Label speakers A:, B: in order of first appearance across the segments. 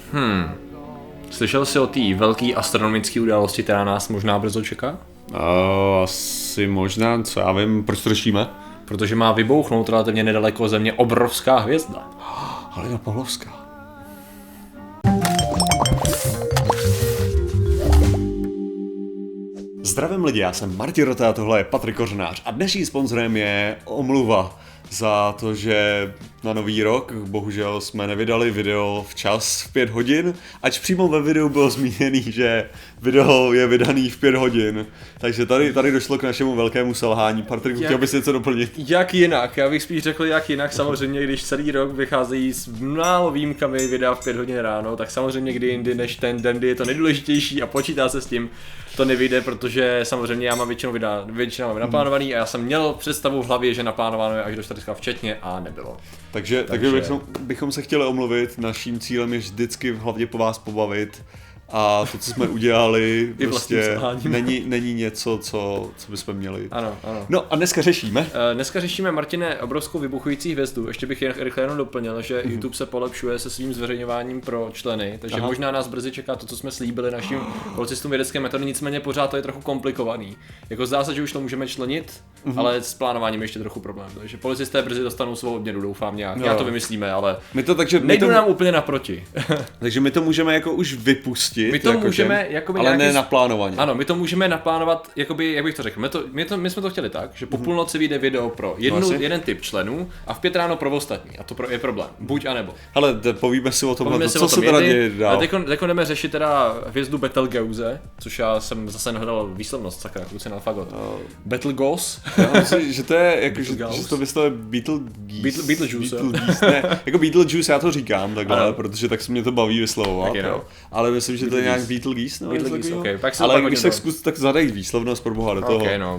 A: Slyšel jsi o té velké astronomické události, která nás možná brzo čeká?
B: Asi možná, co já vím, proč to řešíme?
A: Protože má vybouchnout relativně nedaleko Země obrovská hvězda.
B: Halina Pavlovská. Zdravím lidi, já jsem Martin Rota a tohle je Patrik Kořenář a dnešním sponzorem je omluva za to, že na nový rok bohužel jsme nevydali video včas v 5 hodin, ač přímo ve videu bylo zmíněný, že video je vydaný v 5 hodin, takže tady došlo k našemu velkému selhání. Patrik, chtěl bys něco doplnit?
A: Jak jinak? Já bych spíš řekl jak jinak, samozřejmě, když celý rok vycházejí s málo výjimkami videa v 5 hodin ráno, tak samozřejmě kdy jindy než ten den, kdy je to nejdůležitější a počítá se s tím, to nevyjde, protože samozřejmě já mám většinou mám naplánovaný a já jsem měl představu v hlavě, že naplánováno je až do čtvrtka včetně a nebylo.
B: Takže bychom se chtěli omluvit, naším cílem je vždycky hlavně po vás pobavit a to, co jsme udělali, prostě není něco, co bychom měli.
A: Ano.
B: No a dneska řešíme?
A: Dneska řešíme, Martine, obrovskou vybuchující hvězdu. Ještě bych rychle jenom doplnil, že YouTube se polepšuje se svým zveřejňováním pro členy, takže možná nás brzy čeká to, co jsme slíbili našim policistům vědecké metody, nicméně pořád to je trochu komplikovaný. Jako zdá se, že už to můžeme členit, ale s plánováním ještě trochu problém. Takže policisté brzy dostanou svou odměnu, doufám nějak. Já to vymyslíme, ale nejdu nám úplně naproti.
B: Takže my to můžeme jako už vypustit.
A: My to můžeme
B: ale ne naplánovaně.
A: Ano, my to můžeme naplánovat, jakoby, jak bych to řekl, my jsme to chtěli tak, že po půlnoci vyjde video pro jeden typ členů a v 5 ráno pro ostatní. A to je problém. Buď a nebo.
B: Ale povíme si o tom, co se teda děje dál.
A: Teď jdeme řešit teda hvězdu Betelgeuse, což já jsem zase nehledal výslovnost, sakra, kluci na fagot. Betelgeuse.
B: Já myslím, že to je jako, že to vyslovuje
A: Beetlejuice.
B: Ne, jako Beetlejuice já to říkám takhle, protože tak se mě to baví vyslovovat. Ale myslím, že to je nějak Beetlejuice,
A: okay.
B: Ale když se zkus, tak zadej výslovnost pro boha do toho.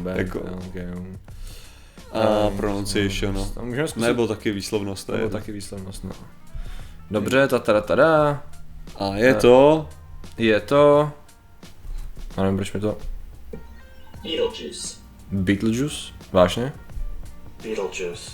B: Pronunciation, no. Nebo taky výslovnost.
A: Nebo taky výslovnost, no. Dobře, tada.
B: A je to...
A: A nevím, proč mi to... Beetlejuice? Vážně?
B: Beetlejuice.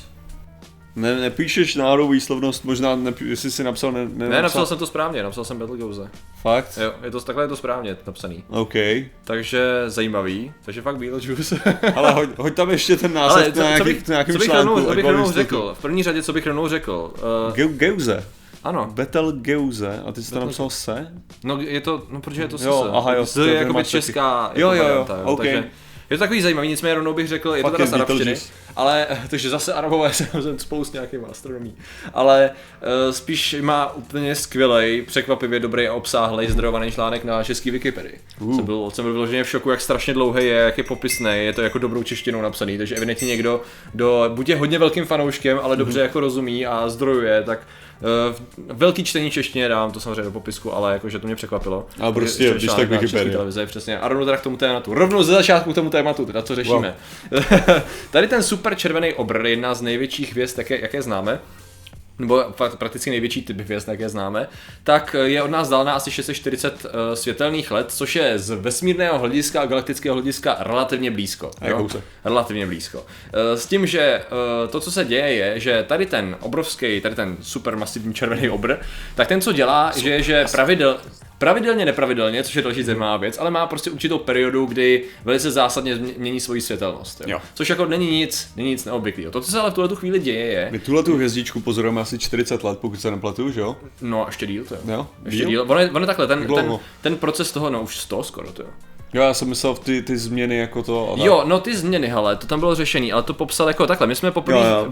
B: Nepíšeš náhodou výslovnost, možná jestli jsi napsal...
A: Ne, napsal jsem to správně, napsal jsem Betelgeuse.
B: Fakt?
A: Jo, takhle je to správně napsaný.
B: OK.
A: Takže zajímavý, takže fakt Beetlejuice.
B: Ale hoď tam ještě ten název nějakým článku.
A: Co bych rovnou řekl? V první řadě, co bych rovnou řekl?
B: Geuse.
A: Ano.
B: Betelgeuse, a ty jsi to napsal se?
A: No je to, protože je to se.
B: To
A: je jakoby česká varianta,
B: OK.
A: Takže je to takový zajímavý, nicméně rovnou bych řekl, je to teda z arabštiny, ale, takže zase arabové jsem spolu s nějakým astronomí, ale spíš má úplně skvělej, překvapivě dobrý a obsáhlej zdrojovaný článek na český Wikipedii. Jsem byl vyloženě v šoku, jak strašně dlouhý je, jak je popisný, je to jako dobrou češtinou napsaný, takže evidentně někdo, buď je hodně velkým fanouškem, ale dobře jako rozumí a zdrojuje, tak velký čtení češtině dám to samozřejmě do popisku, ale jakože to mě překvapilo.
B: A prostě když tak Wikipedia.
A: Televize, přesně. A rovnou teda k tomu tématu. Rovnou ze začátku k tomu tématu, teda co řešíme. Wow. Tady ten super červený obr, jedna z největších hvězd, jaké známe, nebo prakticky největší typ hvězd, jaké známe, tak je od nás vzdálená asi 640 světelných let, což je z vesmírného hlediska a galaktického hlediska relativně blízko. Relativně blízko. S tím, že to, co se děje, je, že tady ten supermasivní červený obr, tak ten, co dělá, že pravidelně, nepravidelně, což je další zajímavá věc, ale má prostě určitou periodu, kdy velice zásadně mění svoji světelnost. Jo. Což jako není nic neobvyklého. To, co se ale v tuhletu chvíli děje, je...
B: My tuhletu hvězdičku pozorujeme asi 40 let, pokud se nepletu, že jo?
A: No, ještě díl to
B: jo.
A: Ještě díl. Ono je takhle, ten proces toho, už 100 skoro to jo.
B: Jo, já jsem myslel v ty změny jako to...
A: Jo, no ty změny, hele, to tam bylo řešený, ale to popsal jako takhle, my jsme poprvé...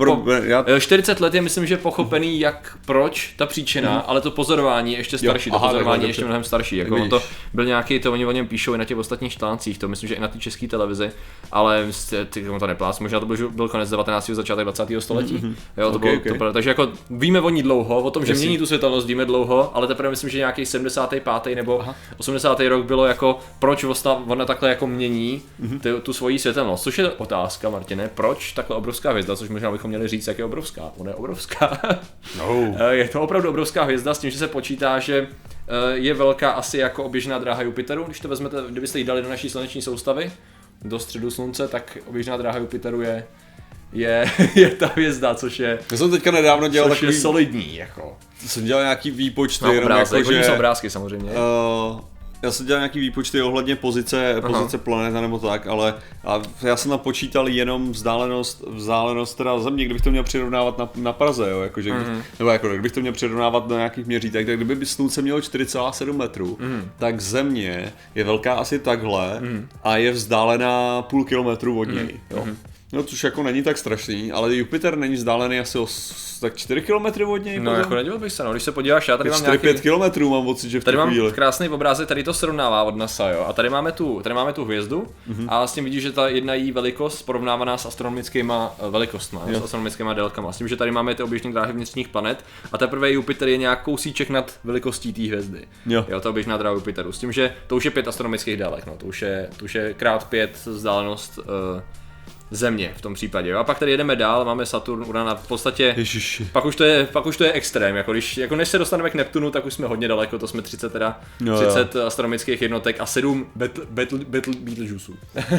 A: 40 let je myslím, že pochopený proč ta příčina, ale to pozorování ještě starší, pozorování ještě mnohem starší, jako to byl nějaký, to oni o něm píšou i na těch ostatních článcích, to myslím, že i na té české televizi, ale ty to neplás, možná to byl konec 19. začátek 20. století, jo, to bylo, takže jako víme o ní dlouho, o tom, že mění tu světelnost, víme dlouho, ale teprve myslím, že nějaký 75. nebo 80. rok bylo jako proč ona takhle jako mění tu svoji světelnost, což je otázka, Martine, proč takhle obrovská hvězda, což možná bychom měli říct, jak je obrovská. Ona je obrovská.
B: No.
A: Je to opravdu obrovská hvězda s tím, že se počítá, že je velká asi jako oběžná dráha Jupiteru, když to vezmete, kdybyste ji dali do naší sluneční soustavy, do středu slunce, tak oběžná dráha Jupiteru je je ta hvězda, což je,
B: Já jsem teďka nedávno dělal
A: což je
B: takový,
A: solidní, jako.
B: jsem dělal nějaký výpočty,
A: No,
B: jenom
A: obrázek,
B: jako,
A: hodně
B: že,
A: jsou obrázky samozřejmě.
B: já jsem dělal nějaký výpočty ohledně pozice planeta nebo tak, ale já jsem napočítal jenom vzdálenost teda Země, kdybych to měl přirovnávat na Praze, jo, jakože, nebo jako, kdybych to měl přirovnávat do nějakých měřítek, tak kdyby Slunce mělo 4,7 metrů, tak Země je velká asi takhle a je vzdálená půl kilometru od něj, jo. No, což jako není tak strašný, ale Jupiter není vzdálený asi tak 4 km od něj.
A: No, jako nedivil bych se, no, když se podíváš, já tady mám
B: 4-5 kilometrů mám pocit, že v
A: tady
B: tu
A: mám
B: chvíli.
A: krásný obrázek, tady to srovnává od NASA, jo, a tady máme tu hvězdu a vlastně vidíš, že ta jedna její velikost porovnávaná s astronomickýma velikostma, s astronomickýma délkama, s tím, že tady máme ty oběžné dráhy vnitřních planet a teprve Jupiter je nějak kousíček nad velikostí té hvězdy. Jo, ta oběžná dráha Jupiteru, s tím, že to už je 5 astronomických délek, no, to už je krát 5 vzdálenost Země v tom případě. Jo? A pak tady jedeme dál, máme Saturn, Uran a v podstatě pak už to je extrém, jako než se dostaneme k Neptunu, tak už jsme hodně daleko, to jsme 30 astronomických jednotek a 7 Betelgeusů.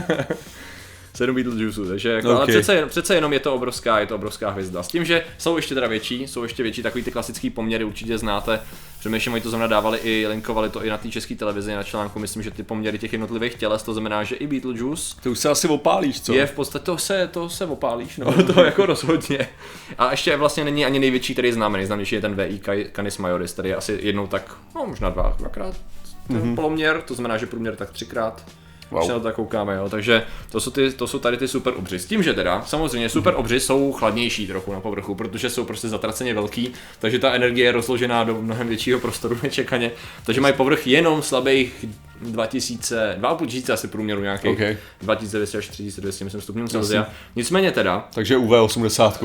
A: 7 Betelgeusů, takže jako, okay. Ale přece jenom je to obrovská hvězda. S tím, že jsou ještě větší, takový ty klasický poměry určitě znáte. Přemýšlím, oni to znamená dávali i, linkovali to i na té české televizi, na článku, myslím, že ty poměry těch jednotlivých těles, to znamená, že i Betelgeuse.
B: To už se asi opálíš, co?
A: Je v podstatě, to se opálíš, no, to jako rozhodně. A ještě vlastně není ani největší, který je známý, nejznámější je ten VI Canis Majoris, který je asi jednou tak, no možná dvakrát poloměr, to znamená, že průměr tak 3krát. Wow. Na to tak koukáme, jo. Takže to jsou tady ty super obři. S tím, že teda samozřejmě super obři jsou chladnější trochu na povrchu, protože jsou prostě zatraceně velký, takže ta energie je rozložená do mnohem většího prostoru nečekaně. Takže mají povrch jenom slabých 2,5 asi průměru nějakých 2200 až 3200 myslím stupňů Celsia. Nicméně teda.
B: Takže UV 80.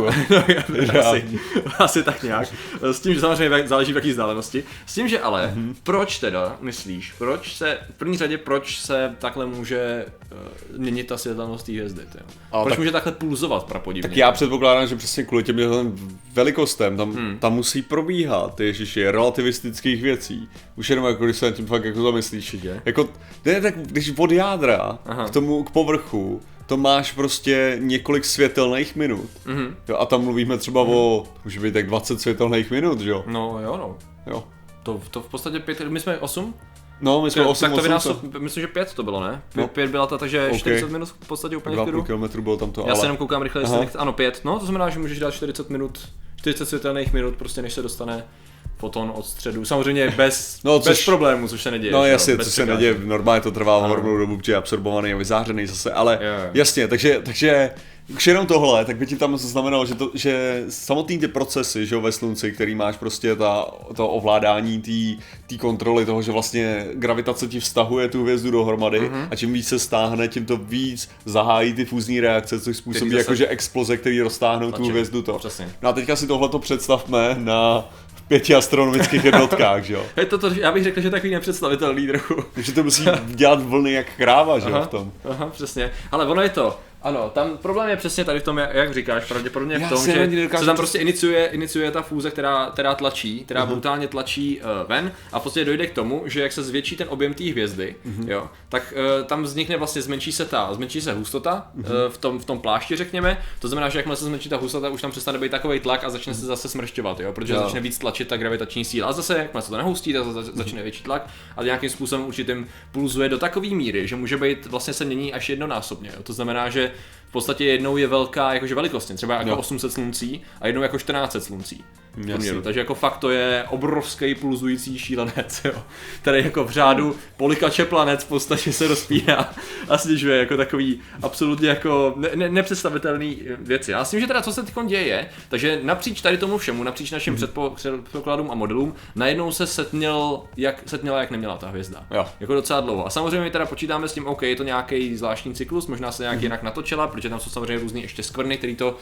A: asi tak nějak. S tím, že samozřejmě záleží v jaký vzdálenosti. S tím, že ale proč teda myslíš, v první řadě proč se takhle může měnit ta světelnost té hvězdy, proč může takhle pulzovat prapodivně?
B: Tak já předpokládám, že přesně kvůli těm velikostem tam musí probíhat relativistických věcí. Už jenom jako když se tím fakt jako zamyslíš. Jako, tak když od jádra k povrchu, to máš prostě několik světelných minut. Jo, a tam mluvíme třeba může být tak 20 světelných minut, že jo?
A: No jo. To v podstatě 5, my jsme 8?
B: No, my jsme 8.
A: Tak to myslím, že 5 to bylo, ne? 5 byla ta, takže 40 minut v podstatě úplně v klidu.
B: 2,5 km bylo tam to,
A: Já se jenom koukám rychle, ano 5, no to znamená, že můžeš dát 40 světelných minut, prostě než se dostane foton od středu. Samozřejmě bez problémů, což se neděje.
B: No jasně, co se neděje, normálně to trvá ohromnou dobu, protože je absorbovaný a vyzářený zase, ale jasně, takže už jenom tohle, tak by ti tam znamenalo, že samotný ty procesy, že ve Slunci, který máš prostě to ovládání té kontroly toho, že vlastně gravitace ti vztahuje tu hvězdu dohromady a čím víc se stáhne, tím to víc zahájí ty fúzní reakce, což způsobí jakože exploze, který roztáhnou tu hvězdu to.
A: Přesně.
B: No a teďka si tohleto představme na 5 astronomických jednotkách, že jo?
A: Já bych řekl, že takový nepředstavitelný trochu.
B: Takže to musí dělat vlny jak kráva, že jo, v tom.
A: Aha, přesně. Ale ono je to. Ano, tam problém je přesně tady v tom, jak říkáš, pravděpodobně v tom, že se tam prostě iniciuje ta fúze, která brutálně tlačí ven a v podstatě dojde k tomu, že jak se zvětší ten objem té hvězdy, jo, tak tam vznikne vlastně, zmenší se hustota v tom plášti, řekněme. To znamená, že jakmile se zmenší ta hustota, už tam přestane být takovej tlak a začne se zase smršťovat, jo, protože začne víc tlačit ta gravitační síla. A zase jakmile se to nehustí, tak začne větší tlak a nějakým způsobem určitým pulzuje do takové míry, že může být vlastně se mění až jednonásobně. Jo. To znamená, že v podstatě jednou je velká jakože velikostně, třeba jako 800 sluncí a jednou jako 1400 sluncí. Takže jako fakt to je obrovský pulzující šílenec, jo. Tady jako v řádu polikače planet v podstatě se rozpíná a snižuje jako takový absolutně jako nepředstavitelný věci. Já myslím, že teda co se teď děje, takže napříč tady tomu všemu, napříč našim předpokladům a modelům, najednou se setměla jak neměla ta hvězda. Jo. Jako docela dlouho. A samozřejmě my teda počítáme s tím, OK, je to nějaký zvláštní cyklus, možná se nějak jinak natočila, protože tam jsou samozřejmě různý ještě skvrny,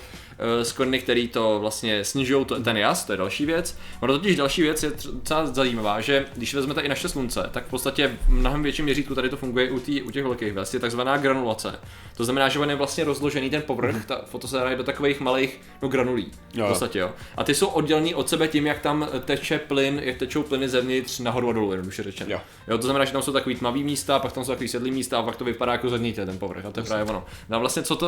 A: který to vlastně snižují ten jas. To je další věc. Ono totiž další věc je docela zajímavá, že když vezmete i naše slunce, tak v podstatě v mnohem větším měřítku tady to funguje u těch velkých hvězd, je takzvaná granulace. To znamená, že on je vlastně rozložený ten povrch, ta fotosféra je do takových malých granulí. V podstatě, jo. A ty jsou oddělený od sebe tím, jak tam teče plyn, jak tečou plyny zevnitř nahoru a dolů, jednoduše řečeno. Jo, to znamená, že tam jsou takový tmavý místa, pak tam jsou takový světlý místa a pak to vypadá jako zednitě ten povrch. A to je právě ono. No a vlastně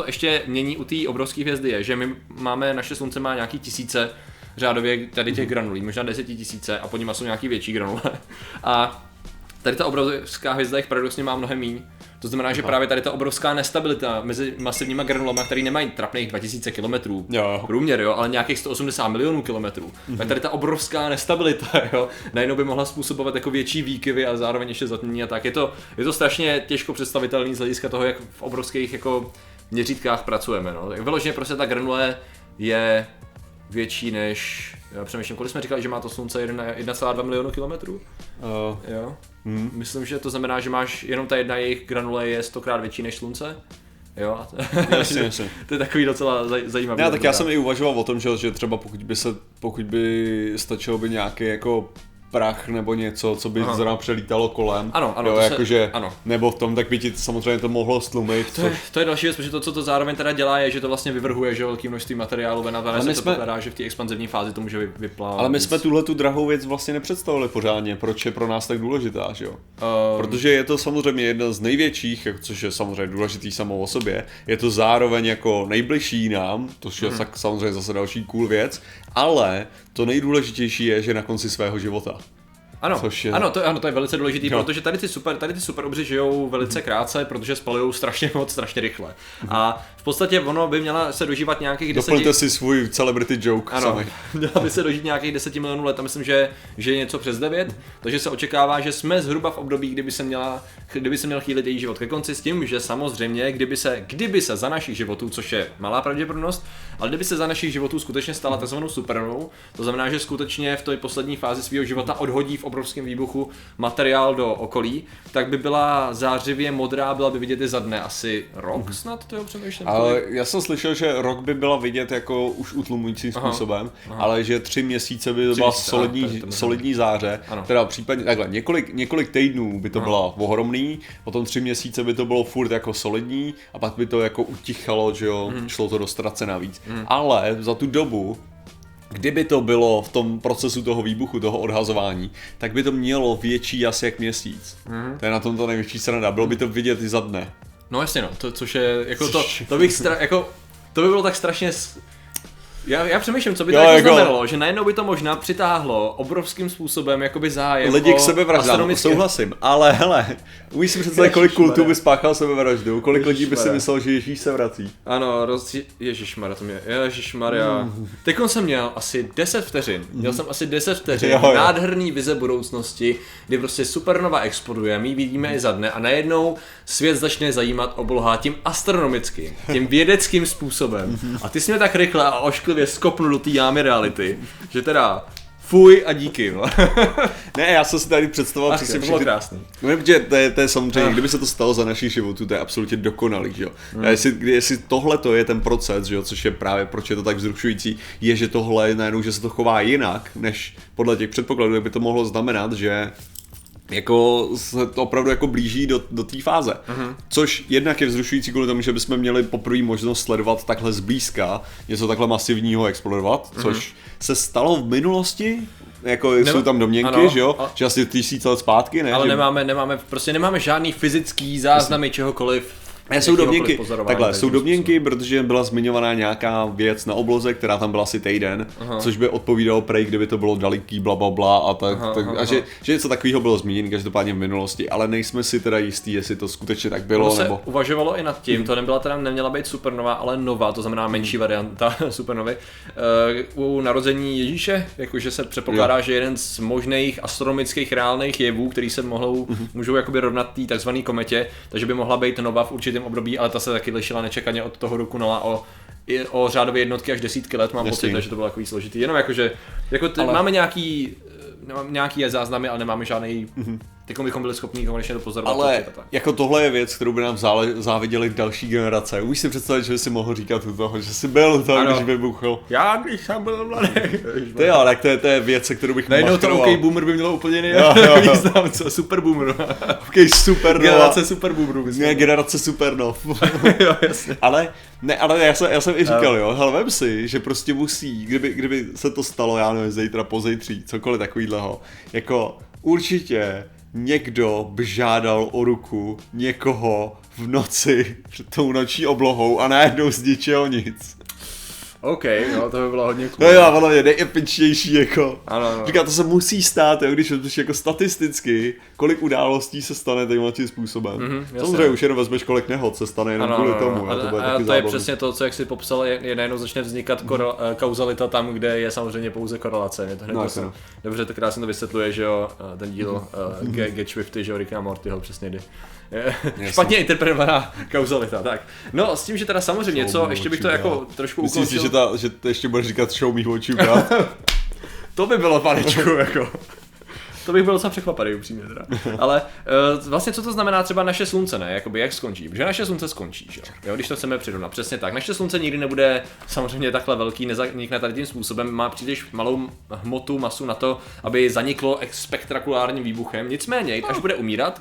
A: ještě mění u té obrovské hvězdy je, že my máme, naše slunce má nějaký tisíce řádově tady těch granulí, možná 10 000 a pod nimi jsou nějaký větší granule. A tady ta obrovská hvězda jich paradoxně má mnohem míň. To znamená, že právě tady ta obrovská nestabilita mezi masivníma granulama, které nemají trapných 2000 km průměr, jo, ale nějakých 180 milionů kilometrů, tak tady ta obrovská nestabilita, jo, najednou by mohla způsobovat jako větší výkyvy a zároveň ještě zatmění a tak. Je to strašně těžko představitelný z hlediska toho, jak v obrovských jako měřítkách pracujeme. No. Tak vyloženě prostě ta granule je větší než, já přemýšlím, kolik jsme říkali, že má to slunce 1,2 milionu kilometrů? Jo. Myslím, že to znamená, že máš jenom ta jedna jejich granule je 100krát větší než slunce. Jo,
B: jasně.
A: To je takový docela zajímavý.
B: Tak já jsem i uvažoval o tom, že třeba pokud by stačilo by nějaký jako prach nebo něco, co by zrovna přelítalo kolem.
A: Ano,
B: ano. Nebo v tom, tak by ti samozřejmě to mohlo stlumit.
A: To je další věc, protože to, co to zároveň teda dělá, je, že to vlastně vyvrhuje, že velké množství materiálu ven a se předpokládá, že v té expanzivní fázi to může vyplávat.
B: Ale my jsme tuhle tu drahou věc vlastně nepředstavili pořádně, proč je pro nás tak důležitá, že jo? Protože je to samozřejmě jedna z největších, což je samozřejmě důležitý samo o sobě, je to zároveň jako nejbližší nám, to je tak samozřejmě zase další cool věc, ale to nejdůležitější je, že na konci svého života.
A: Ano, to je velice důležitý, protože tady ty superobři žijou velice krátce, protože spalujou strašně moc, strašně rychle. A v podstatě ono by měla se dožívat nějakých 10...
B: Doplňte si svůj celebrity joke sami.
A: Měla by se dožít nějakých 10 milionů let a myslím, že je něco přes 9, takže se očekává, že jsme zhruba v období, kdyby se měl chýlit její život ke konci, s tím, že samozřejmě, kdyby se za našich životů, což je malá pravděpodobnost, ale kdyby se za našich životů skutečně stala takzvanou supernovou, to znamená, že skutečně v té poslední fázi svého života odhodí v obrovském výbuchu materiál do okolí, tak by byla zářivě modrá, byla by vidět i za dne asi rok snad, to přemýšlím.
B: Ale já jsem slyšel, že rok by byla vidět jako už utlumujícím způsobem, ale že 3 měsíce by to byla solidní záře, teda případně takhle, několik týdnů by to byla ohromný, potom 3 měsíce by to bylo furt jako solidní a pak by to jako utichalo, že jo, šlo to do ztracena víc. Ale za tu dobu, kdyby to bylo v tom procesu toho výbuchu, toho odhazování, tak by to mělo větší jas jak měsíc. To je na tom to největší sranda, bylo by to vidět i za dne.
A: No jasně no, což je, jako to bych to by bylo tak strašně... Já přemýšlím, co by to jako znamenalo, že najednou by to možná přitáhlo obrovským způsobem jakoby zájem
B: lidi k sebevraždám, souhlasím, ale hele, umíš si představit, kolik kultů by spáchal sebevraždu, kolik lidí by si myslel, že Ježíš se vrací.
A: Ano, ježišmarja, to mě, ježišmarja. Teďkon jsem měl asi 10 vteřin, nádherný vize budoucnosti, kdy prostě supernova exploduje, my ji vidíme i za dne a najednou svět začne zajímat obloha tím astronomickým, tím vědeckým způsobem. A ty jsi mě tak rychle a ošklivě skopnul do té jámy reality, že teda fuj a díky. No.
B: Ne, já jsem si tady představoval přesně
A: všechny... krásný.
B: Protože to je samozřejmě, kdyby se to stalo za našich životů, to je absolutně dokonalý, že jo. Jestli tohle to je ten proces, že jo, což je právě proč je to tak vzrušující, je, že tohle najednou, že se to chová jinak, než podle těch předpokladů, jak by to mohlo znamenat, že jako se to opravdu jako blíží do té fáze. Což jednak je vzrušující kvůli tomu, že bychom měli poprvé možnost sledovat takhle zblízka něco takhle masivního explodovat, což se stalo v minulosti, jako jsou tam domněnky, že jo, že asi 1000 let zpátky, ne?
A: Ale nemáme žádný fyzický záznamy čehokoliv.
B: Jsou domněnky, protože byla zmiňovaná nějaká věc na obloze, která tam byla asi týden, což by odpovídalo prej, kdyby to bylo daleký blablabla a tak. Že něco takového bylo zmíněno každopádně v minulosti, ale nejsme si teda jistí, jestli to skutečně tak bylo.
A: Se uvažovalo i nad tím, to neměla být supernova, ale nova, to znamená menší varianta supernovy. U narození Ježíše, jakože se předpokládá, že jeden z možných astronomických reálných jevů, který se můžou jakoby rovnat té takzvané kometě, takže by mohla být nova v určitém období, ale ta se taky lišila nečekaně od toho dokonala o řádově jednotky až desítky let, mám pocit, takže to bylo takový složitý. Jenom jakože, máme nějaký záznamy, ale nemáme žádný, teď bychom byli schopni konečně to pozorovat.
B: Ale jako tohle je věc, kterou by nám záviděli další generace. Umíš si představit, že jsi mohl říkat u toho, že jsi byl to, když vybuchl.
A: Já, když jsem byl mladý.
B: Tak to je věc, kterou bych
A: najednou to OK boomer by mělo úplně jiný význam, co? Super boomer.
B: OK, supernova.
A: Generace super boomerů.
B: Ne, generace supernov.
A: Jo, jasně.
B: Ale já jsem i říkal, jo, hele, vem si, že prostě musí, kdyby se to stalo, já nevím, zítra, pozítří, cokoliv takovýhleho, jako určitě někdo by žádal o ruku někoho v noci před tou noční oblohou a najednou z ničeho nic.
A: OK, no to by bylo hodně cool.
B: No jo, ono je nejepičnější jako.
A: Ano.
B: Říká, to se musí stát, jo, když vezmeš jako statisticky, kolik událostí se stane tím způsobem. Samozřejmě už jenom vezmeš, kolik nehod se stane jenom kvůli tomu.
A: A to je přesně to, co jak jsi popsal, je najednou začne vznikat kauzalita tam, kde je samozřejmě pouze korelace. Dobře, to krásně to vysvětluje, že jo, ten díl Get Swifty, že jo, Ricka a Mortyho přesně jde. Špatně interpretovaná kauzalita, tak. No, s tím, že teda samozřejmě, co, ještě bych to jako trošku ukončil.
B: Myslíš si, že to ještě budeš říkat show mých očí,
A: To by bylo, panečku, jako. To bych byl docela překvapený, upřímně teda. Ale vlastně co to znamená třeba naše slunce, ne? Jakoby jak skončí? Protože naše slunce skončí, že jo? Když to chceme přirovnat. Přesně tak. Naše slunce nikdy nebude samozřejmě takhle velký, nezanikne tady tím způsobem, má příliš malou hmotu, masu na to, aby zaniklo spektakulárním výbuchem. Nicméně, až bude umírat,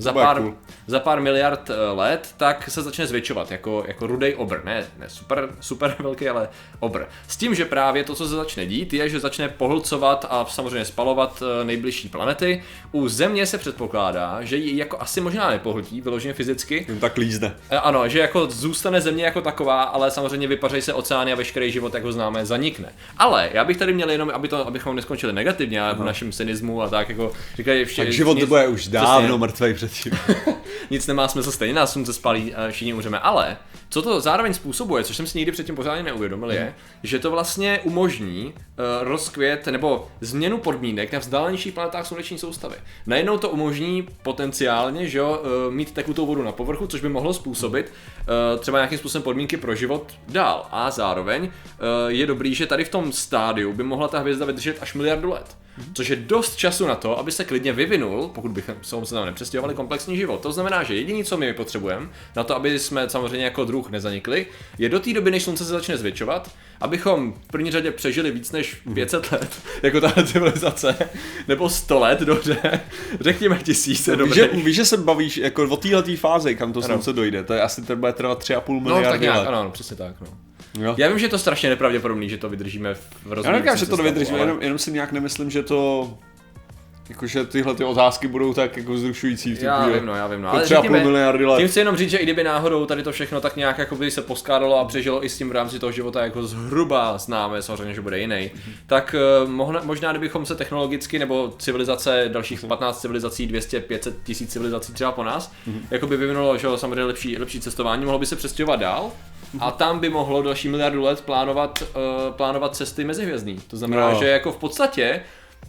A: za pár miliard let, tak se začne zvětšovat jako rudej obr, ne super velký, ale obr. S tím, že právě to, co se začne dít, je, že začne pohlcovat a samozřejmě spalovat nejbližší planety. U Země se předpokládá, že ji jako asi možná nepohltí, vyloženě fyzicky.
B: Tak lízne.
A: Ano, že jako zůstane Země jako taková, ale samozřejmě vypařejí se oceány a veškerý život, jak ho známe, zanikne. Ale já bych tady měl jenom, abychom neskončili negativně v našem cynismu a tak jako říkají
B: tak život bude už dávno mrtvej předtím.
A: Nic nemá smysl, stejně nás slunce spálí, všichni umřeme, ale co to zároveň způsobuje, což jsem si nikdy předtím pořádně neuvědomil, je, že to vlastně umožní rozkvět nebo změnu podmínek na vzdálenějších planetách sluneční soustavy. Najednou to umožní potenciálně, že jo, mít tekutou vodu na povrchu, což by mohlo způsobit třeba nějakým způsobem podmínky pro život dál. A zároveň je dobrý, že tady v tom stádiu by mohla ta hvězda vydržet až miliardu let. Což je dost času na to, aby se klidně vyvinul, pokud bychom se tam nepřestěhovali, komplexní život. To znamená, že jediné, co my potřebujeme, na to, aby jsme samozřejmě jako druh nezanikli, je do té doby, než slunce se začne zvětšovat, abychom v první řadě přežili víc než 500 let, jako tahle civilizace, nebo 100 let, dobře, řekněme 1000, dobře.
B: Víš, že se bavíš jako o téhletý fázi, kam to slunce dojde, to je asi to bude trvat 3,5 miliardy let.
A: Ano, přesně tak, no. Jo. Já vím, že je to strašně nepravděpodobný, že to vydržíme v rozměru.
B: Já neříkám, že to nevydržíme, ale... jenom si nějak nemyslím, že to... Jakože tyhle ty otázky budou tak jako vzrušující v
A: já vím, no.
B: Ale 3,5 miliardy let.
A: Tím chci jenom říct, že i kdyby náhodou tady to všechno tak nějak jako by se poskládalo a přežilo i s tím v rámci toho života jako zhruba známe, samozřejmě, že bude jiný, tak možná kdybychom se technologicky nebo civilizace, dalších 15 civilizací, 200, 500 tisíc civilizací třeba po nás, jako by vyvinulo, že samozřejmě lepší cestování, mohlo by se přestěhovat dál. A tam by mohlo další miliardu let plánovat cesty mezihvězdný. To znamená, že jako v podstatě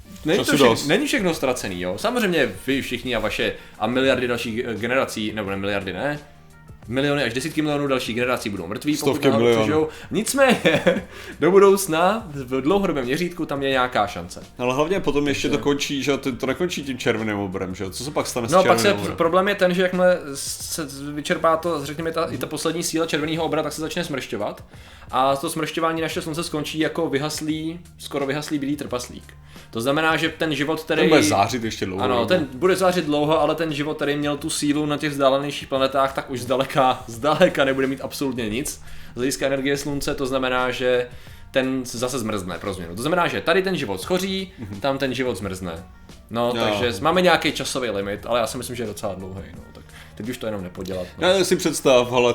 A: není všechno ztracený, jo. Samozřejmě vy všichni a vaše a miliardy dalších generací, nebo ne miliardy, ne, miliony až desítky milionů dalších generací budou mrtví, pokud přežijou. Nicméně do budoucna v dlouhodobém měřítku tam je nějaká šance.
B: Ale hlavně potom ještě to končí, že to nekončí tím červeným obrem, že? Co se pak stane s červeným obrem?
A: Problém je ten, že jakmile se vyčerpá to, řekněme, i ta poslední síla červeného obra, tak se začne smršťovat. A to smršťování naše slunce skončí jako skoro vyhaslý bílý trpaslík. To znamená, že ten život, který...
B: Ten bude zářit ještě dlouho.
A: Ano, ten bude zářit dlouho, ale ten život, který měl tu sílu na těch vzdálenějších planetách, tak už zdaleka nebude mít absolutně nic. Z hlediska energie slunce to znamená, že ten zase zmrzne pro změnu. To znamená, že tady ten život schoří, tam ten život zmrzne. No, takže máme nějaký časový limit, ale já si myslím, že je docela dlouhý. No, tak teď už to jenom nepodělat. No.
B: Já si představ, ale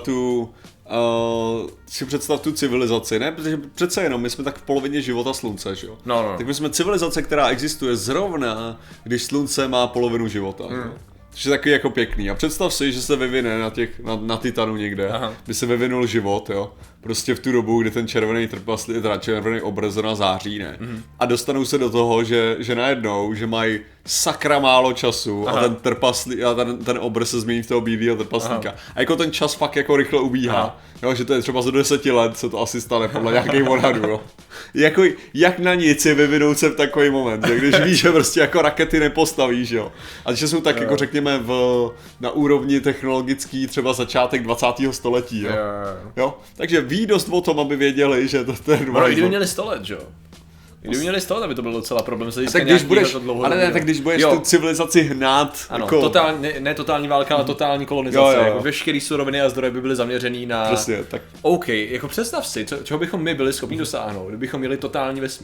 B: si představ tu civilizaci, ne? Protože přece jenom my jsme tak v polovině života slunce, že jo?
A: No.
B: Tak my jsme civilizace, která existuje zrovna, když slunce má polovinu života. Což je takový jako pěkný. A představ si, že se vyvine na Titanu někde, by se vyvinul život, jo. Prostě v tu dobu, kdy ten červený červený obraz zrovna září, ne. A dostanou se do toho, že najednou, že mají sakra málo času a ten trpaslík a ten obraz se změní v toho bílého trpaslíka. A jako ten čas fakt jako rychle ubíhá. Jo, že to je třeba za 10 let se to asi stane podle nějakých odhadů, jo. Jako, jak na nic je vyvinout se v takový moment, že když víš, že prostě jako rakety nepostavíš, jo. A že jsou tak jako řekněme na úrovni technologický třeba začátek 20. století, jo. Takže ví dost o tom, aby věděli, že to je
A: no, kdyby měli 100 let, jo. Kdyby měli 100 let, aby to byl docela problém.
B: Tak když budeš, tak když budeš tu civilizaci hnát,
A: ano, jako... ne totální válka, ale totální kolonizace. Jo. Jako veškerý suroviny a zdroje by byly zaměřený na...
B: Přesně, tak.
A: OK, jako představ si, čeho bychom my byli schopni dosáhnout, kdybychom měli totální vesmír.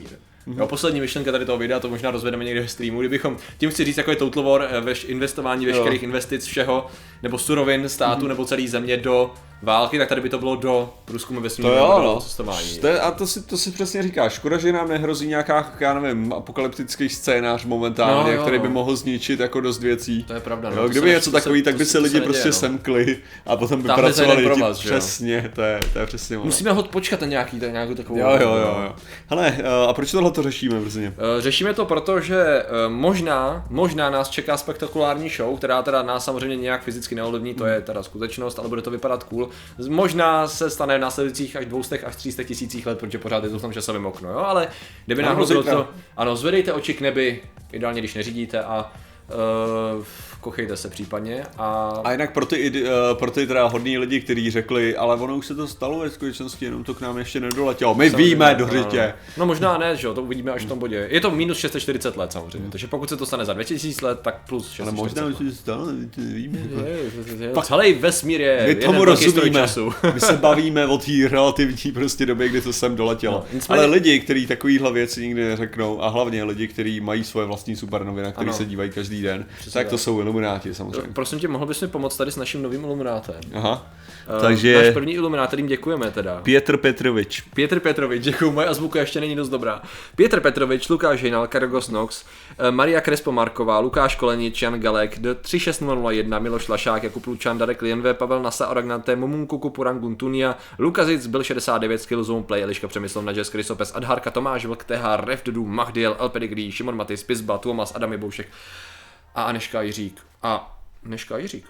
A: Jo, poslední myšlenka tady toho videa, to možná rozvedeme někde v streamu, kdybychom, tím chci říct, jako je Total War, investování veškerých investic všeho, nebo surovin státu, nebo celé země do války, tak tady by to bylo do průzkumu vesmíru nebo do cestování.
B: A to si přesně říkáš, škoda, že nám nehrozí nějaká, já nevím, apokalyptický scénář momentálně, který by mohl zničit jako dost věcí.
A: To je pravda.
B: Jo, kdyby něco takový, tak by se lidi prostě semkli a potom by pracovali přesně, to je přesně ono.
A: Musíme ho počkat na nějakou takovou.
B: Jo. Hele, a proč tohle to řešíme brzy?
A: Řešíme to proto, že možná nás čeká spektakulární show, která teda nás samozřejmě nějak fyzicky neovlivní, to je teda skutečnost, ale bude to vypadat cool. Možná se stane v následujících až 200 až 300 tisících let, protože pořád je to v tom časovém okno, jo, ale kdyby náhodou to, ano, zvedejte oči k nebi, ideálně když neřídíte a kochejte se případně a
B: jinak pro ty teda hodný lidi, kteří řekli, ale ono už se to stalo ve skutečnosti, jenom to k nám ještě nedoletělo. My víme, do řitě.
A: No možná ne, že jo, to uvidíme až v tom bodě. Je to minus 640 let samozřejmě, takže pokud se to stane za 2000 let, tak plus 640 let.
B: Ale možná už se stalo, nevíme.
A: Celý vesmír je
B: my tomu rozumíme. My se bavíme o té relativní prostě době, kdy to sem doletělo. Ale lidi, kteří takovýhle věci nikdy neřeknou, a hlavně lidi, kteří mají svoje vlastní supernoviny, na který se dívají každý den, tak to jsou ilumináti samozřejmě.
A: Prosím tě, mohl bys mi pomoct tady s naším novým iluminátem?
B: Aha. Takže
A: náš první iluminát, kterým děkujeme teda.
B: Petr Petrovič,
A: děkuju, moje azbuka ještě není dost dobrá. Petr Petrovič, Lukáš Hejnal, Kargos Nox, Maria Krespo Marková, Lukáš Kolenič, Jan Galek, D36001, Miloš Lašák, Jakub Lučan, Darek Lienve, Pavel Nasa, Oragnante, Momunku, Kupurangun, Tunia, Lukazic, Byl 69, Skillzone, Play, Eliška Přemyslov, Nažes, Krysopes, Adharka, Tomáš Vlk, TH, Revdodu, Mahdiel, El Pedigree, Šimon Matis, Pizba, Tuomas, Adam Jeboušek a Aneška Jiřík. Aneška Jiřík.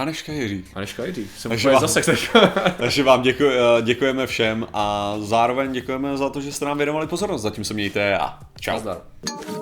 B: Takže vám děkujeme všem a zároveň děkujeme za to, že jste nám věnovali pozornost. Zatím se mějte a čau.
A: Nazdar.